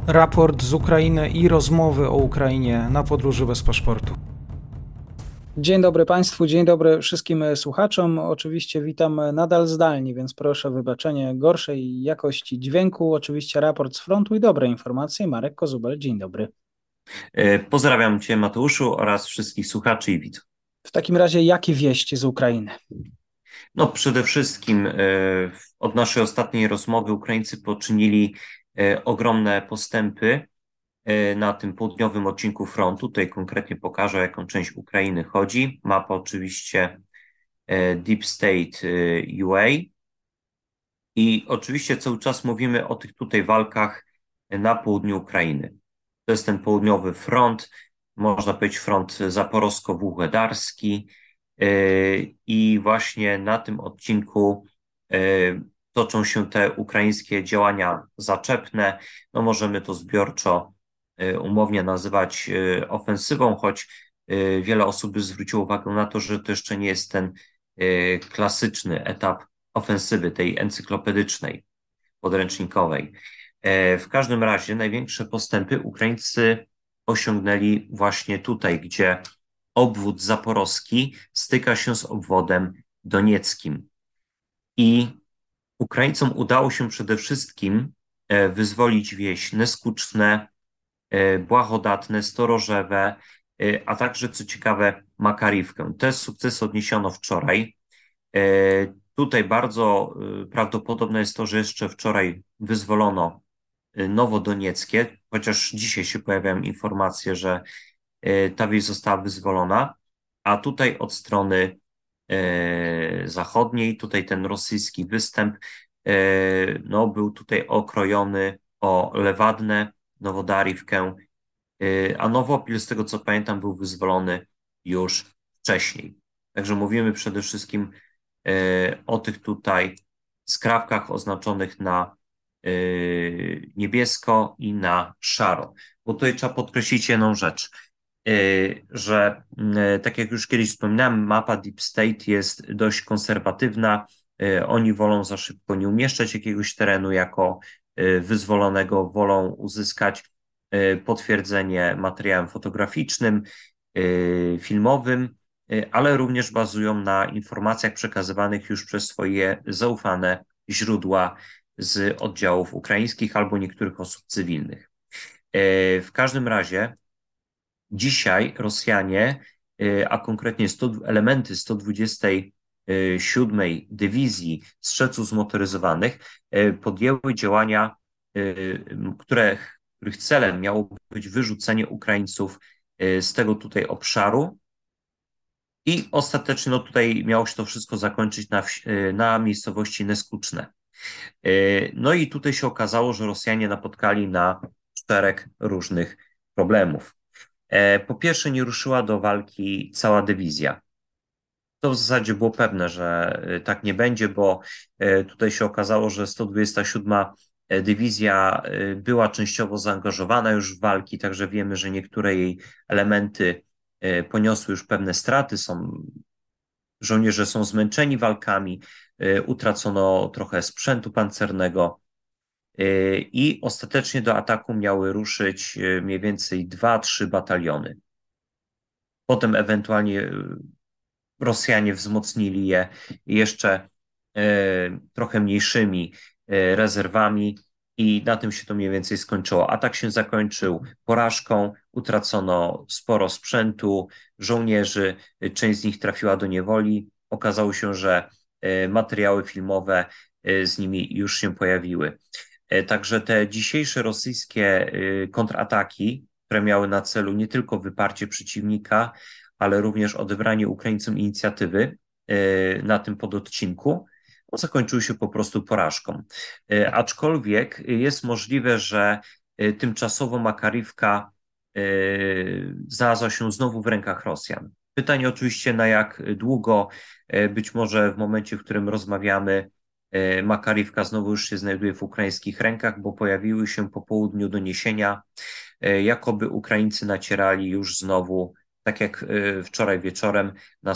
Raport z Ukrainy i rozmowy o Ukrainie na podróży bez paszportu. Dzień dobry Państwu, dzień dobry wszystkim słuchaczom. Oczywiście witam nadal zdalnie, więc proszę o wybaczenie gorszej jakości dźwięku. Oczywiście raport z frontu i dobre informacje. Marek Kozubel, dzień dobry. Pozdrawiam Cię, Mateuszu, oraz wszystkich słuchaczy i widzów. W takim razie, jakie wieści z Ukrainy? No, przede wszystkim od naszej ostatniej rozmowy Ukraińcy poczynili ogromne postępy na tym południowym odcinku frontu. Tutaj konkretnie pokażę, o jaką część Ukrainy chodzi. Mapa oczywiście Deep State UA. I oczywiście cały czas mówimy o tych tutaj walkach na południu Ukrainy. To jest ten południowy front, można powiedzieć front zaporowsko-wuhłedarski. I właśnie na tym odcinku toczą się te ukraińskie działania zaczepne. No możemy to zbiorczo umownie nazywać ofensywą, choć wiele osób by zwróciło uwagę na to, że to jeszcze nie jest ten klasyczny etap ofensywy, tej encyklopedycznej, podręcznikowej. W każdym razie największe postępy Ukraińcy osiągnęli właśnie tutaj, gdzie obwód zaporowski styka się z obwodem donieckim. I Ukraińcom udało się przede wszystkim wyzwolić wieś Neskuczne, Błahodatne, Storożewe, a także, co ciekawe, Makariwkę. Te sukcesy odniesiono wczoraj. Tutaj bardzo prawdopodobne jest to, że jeszcze wczoraj wyzwolono Nowodonieckie, chociaż dzisiaj się pojawiają informacje, że ta wieś została wyzwolona, a tutaj od strony zachodniej, tutaj ten rosyjski występ no, był tutaj okrojony o Lewadnę, Nowodariwkę, a Nowopil, z tego co pamiętam, był wyzwolony już wcześniej. Także mówimy przede wszystkim o tych tutaj skrawkach oznaczonych na niebiesko i na szaro. Bo tutaj trzeba podkreślić jedną rzecz, że tak jak już kiedyś wspominałem, mapa Deep State jest dość konserwatywna. Oni wolą za szybko nie umieszczać jakiegoś terenu jako wyzwolonego, wolą uzyskać potwierdzenie materiałem fotograficznym, filmowym, ale również bazują na informacjach przekazywanych już przez swoje zaufane źródła z oddziałów ukraińskich albo niektórych osób cywilnych. W każdym razie dzisiaj Rosjanie, a konkretnie elementy 127 Dywizji Strzelców Zmotoryzowanych podjęły działania, których celem miało być wyrzucenie Ukraińców z tego tutaj obszaru. I ostatecznie no tutaj miało się to wszystko zakończyć na miejscowości Neskuczne. No i tutaj się okazało, że Rosjanie napotkali na szereg różnych problemów. Po pierwsze, nie ruszyła do walki cała dywizja. To w zasadzie było pewne, że tak nie będzie, bo tutaj się okazało, że 127 dywizja była częściowo zaangażowana już w walki, także wiemy, że niektóre jej elementy poniosły już pewne straty, żołnierze są zmęczeni walkami, utracono trochę sprzętu pancernego i ostatecznie do ataku miały ruszyć mniej więcej 2-3 bataliony. Potem ewentualnie Rosjanie wzmocnili je jeszcze trochę mniejszymi rezerwami i na tym się to mniej więcej skończyło. Atak się zakończył porażką, utracono sporo sprzętu, żołnierzy, część z nich trafiła do niewoli. Okazało się, że materiały filmowe z nimi już się pojawiły. Także te dzisiejsze rosyjskie kontrataki, które miały na celu nie tylko wyparcie przeciwnika, ale również odebranie Ukraińcom inicjatywy na tym pododcinku, no, zakończyły się po prostu porażką. Aczkolwiek jest możliwe, że tymczasowo Makariwka znalazła się znowu w rękach Rosjan. Pytanie oczywiście na jak długo, być może w momencie, w którym rozmawiamy, Makariwka znowu już się znajduje w ukraińskich rękach, bo pojawiły się po południu doniesienia, jakoby Ukraińcy nacierali już znowu, tak jak wczoraj wieczorem, na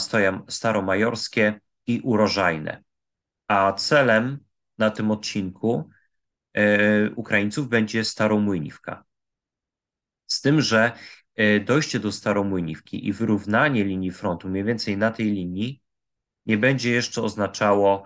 Staromajorskie i Urożajne. A celem na tym odcinku Ukraińców będzie Staromłyniwka. Z tym, że dojście do Staromłyniwki i wyrównanie linii frontu mniej więcej na tej linii nie będzie jeszcze oznaczało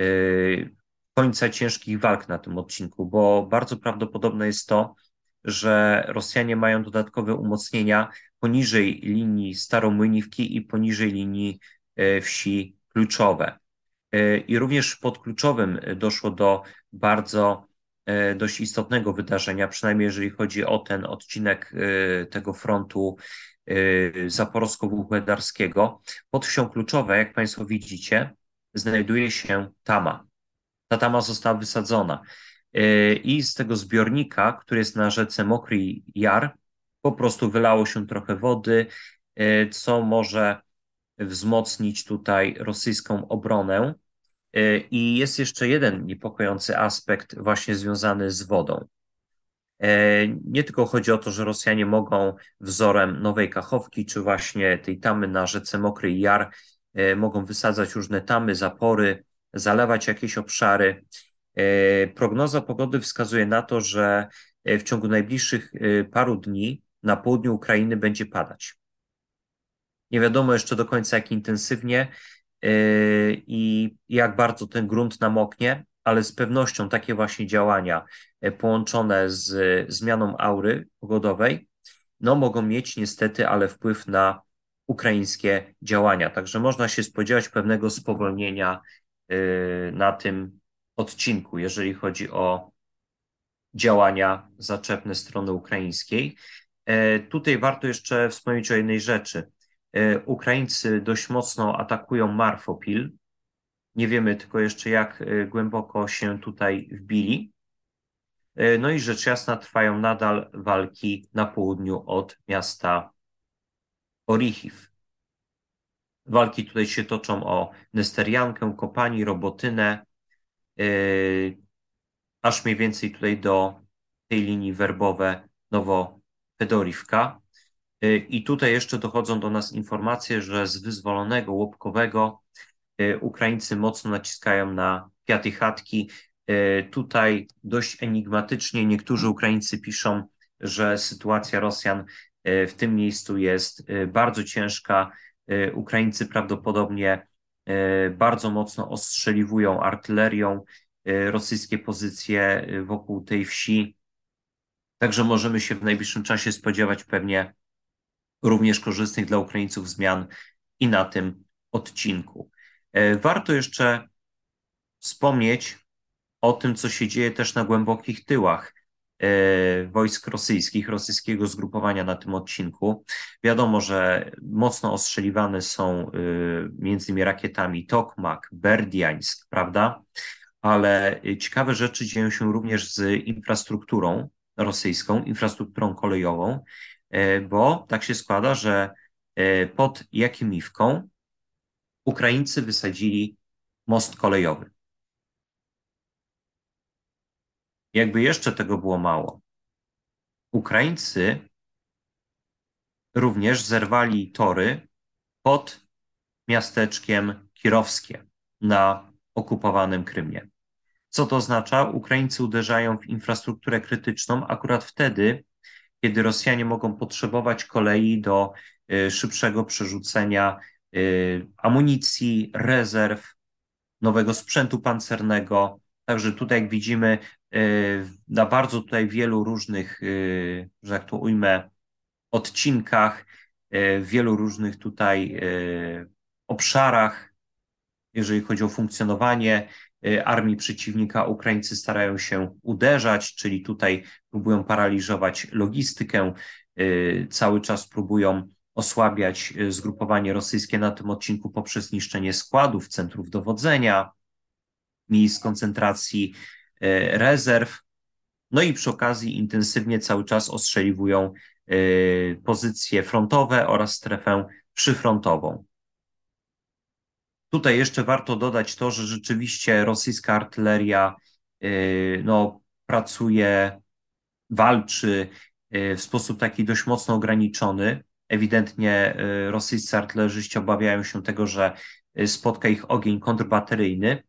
końca ciężkich walk na tym odcinku, bo bardzo prawdopodobne jest to, że Rosjanie mają dodatkowe umocnienia poniżej linii Staromłyniwki i poniżej linii wsi Kluczowe. I również pod Kluczowym doszło do bardzo dość istotnego wydarzenia, przynajmniej jeżeli chodzi o ten odcinek tego frontu zaporowsko-wuhłedarskiego. Pod wsią Kluczowe, jak Państwo widzicie, znajduje się tama. Ta tama została wysadzona i z tego zbiornika, który jest na rzece Mokry Jar, po prostu wylało się trochę wody, co może wzmocnić tutaj rosyjską obronę. I jest jeszcze jeden niepokojący aspekt właśnie związany z wodą. Nie tylko chodzi o to, że Rosjanie mogą wzorem Nowej Kachowki, czy właśnie tej tamy na rzece Mokry Jar, mogą wysadzać różne tamy, zapory, zalewać jakieś obszary. Prognoza pogody wskazuje na to, że w ciągu najbliższych paru dni na południu Ukrainy będzie padać. Nie wiadomo jeszcze do końca, jak intensywnie i jak bardzo ten grunt namoknie, ale z pewnością takie właśnie działania połączone z zmianą aury pogodowej, no mogą mieć niestety, ale wpływ na ukraińskie działania. Także można się spodziewać pewnego spowolnienia na tym odcinku, jeżeli chodzi o działania zaczepne strony ukraińskiej. Tutaj warto jeszcze wspomnieć o jednej rzeczy. Ukraińcy dość mocno atakują Marfopil. Nie wiemy tylko jeszcze, jak głęboko się tutaj wbili. No i rzecz jasna trwają nadal walki na południu od miasta Orichiv. Walki tutaj się toczą o Nesteriankę, Kopani, Robotynę, aż mniej więcej tutaj do tej linii werbowe Nowofedorivka. I tutaj jeszcze dochodzą do nas informacje, że z wyzwolonego Łopkowego Ukraińcy mocno naciskają na Piaty Chatki. Tutaj dość enigmatycznie niektórzy Ukraińcy piszą, że sytuacja Rosjan w tym miejscu jest bardzo ciężka. Ukraińcy prawdopodobnie bardzo mocno ostrzeliwują artylerią rosyjskie pozycje wokół tej wsi. Także możemy się w najbliższym czasie spodziewać pewnie również korzystnych dla Ukraińców zmian i na tym odcinku. Warto jeszcze wspomnieć o tym, co się dzieje też na głębokich tyłach wojsk rosyjskich, rosyjskiego zgrupowania na tym odcinku. Wiadomo, że mocno ostrzeliwane są między innymi rakietami Tokmak, Berdiańsk, prawda? Ale ciekawe rzeczy dzieją się również z infrastrukturą rosyjską, infrastrukturą kolejową, bo tak się składa, że pod Jakimiwką Ukraińcy wysadzili most kolejowy. Jakby jeszcze tego było mało, Ukraińcy również zerwali tory pod miasteczkiem Kirowskie na okupowanym Krymie. Co to oznacza? Ukraińcy uderzają w infrastrukturę krytyczną akurat wtedy, kiedy Rosjanie mogą potrzebować kolei do szybszego przerzucenia amunicji, rezerw, nowego sprzętu pancernego. Także tutaj, jak widzimy, na bardzo tutaj wielu różnych, że jak to ujmę, odcinkach, w wielu różnych tutaj obszarach, jeżeli chodzi o funkcjonowanie armii przeciwnika, Ukraińcy starają się uderzać, czyli tutaj próbują paraliżować logistykę, cały czas próbują osłabiać zgrupowanie rosyjskie na tym odcinku poprzez niszczenie składów, centrów dowodzenia, miejsc koncentracji rezerw. No i przy okazji intensywnie cały czas ostrzeliwują pozycje frontowe oraz strefę przyfrontową. Tutaj jeszcze warto dodać to, że rzeczywiście rosyjska artyleria no, pracuje, walczy w sposób taki dość mocno ograniczony. Ewidentnie rosyjscy artylerzyści obawiają się tego, że spotka ich ogień kontrbateryjny.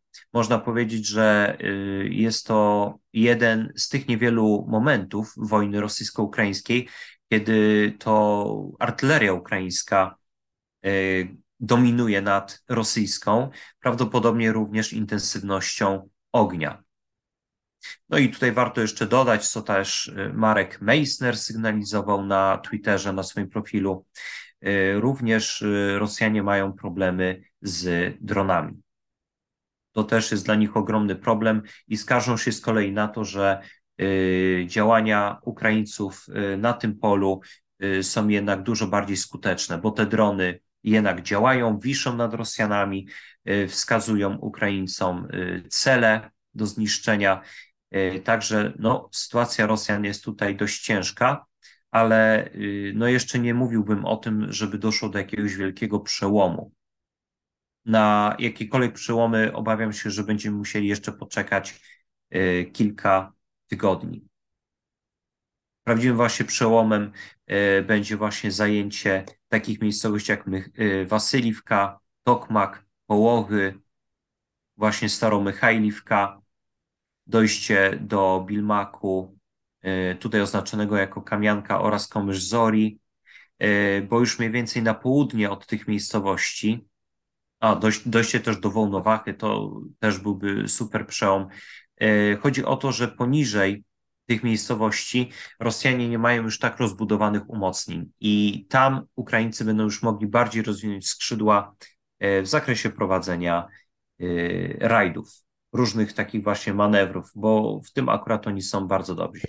Można powiedzieć, że jest to jeden z tych niewielu momentów wojny rosyjsko-ukraińskiej, kiedy to artyleria ukraińska dominuje nad rosyjską, prawdopodobnie również intensywnością ognia. No i tutaj warto jeszcze dodać, co też Marek Meissner sygnalizował na Twitterze, na swoim profilu. Również Rosjanie mają problemy z dronami. To też jest dla nich ogromny problem i skarżą się z kolei na to, że działania Ukraińców na tym polu są jednak dużo bardziej skuteczne, bo te drony jednak działają, wiszą nad Rosjanami, wskazują Ukraińcom cele do zniszczenia. Także no, sytuacja Rosjan jest tutaj dość ciężka, ale no, jeszcze nie mówiłbym o tym, żeby doszło do jakiegoś wielkiego przełomu. Na jakiekolwiek przełomy obawiam się, że będziemy musieli jeszcze poczekać kilka tygodni. Prawdziwym właśnie przełomem będzie właśnie zajęcie takich miejscowości jak Wasyliwka, Tokmak, Połochy, właśnie Staromychajliwka, dojście do Bilmaku, tutaj oznaczonego jako Kamianka oraz Komysz-Zori, bo już mniej więcej na południe od tych miejscowości, dojście też do Wołnowachy, to też byłby super przełom. Chodzi o to, że poniżej tych miejscowości Rosjanie nie mają już tak rozbudowanych umocnień i tam Ukraińcy będą już mogli bardziej rozwinąć skrzydła w zakresie prowadzenia rajdów, różnych takich właśnie manewrów, bo w tym akurat oni są bardzo dobrzy.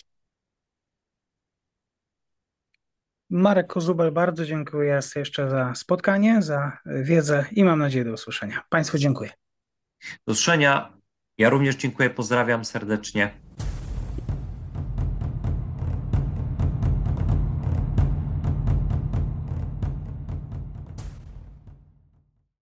Marek Kozubel, bardzo dziękuję raz jeszcze za spotkanie, za wiedzę i mam nadzieję do usłyszenia. Państwu dziękuję. Do usłyszenia. Ja również dziękuję, pozdrawiam serdecznie.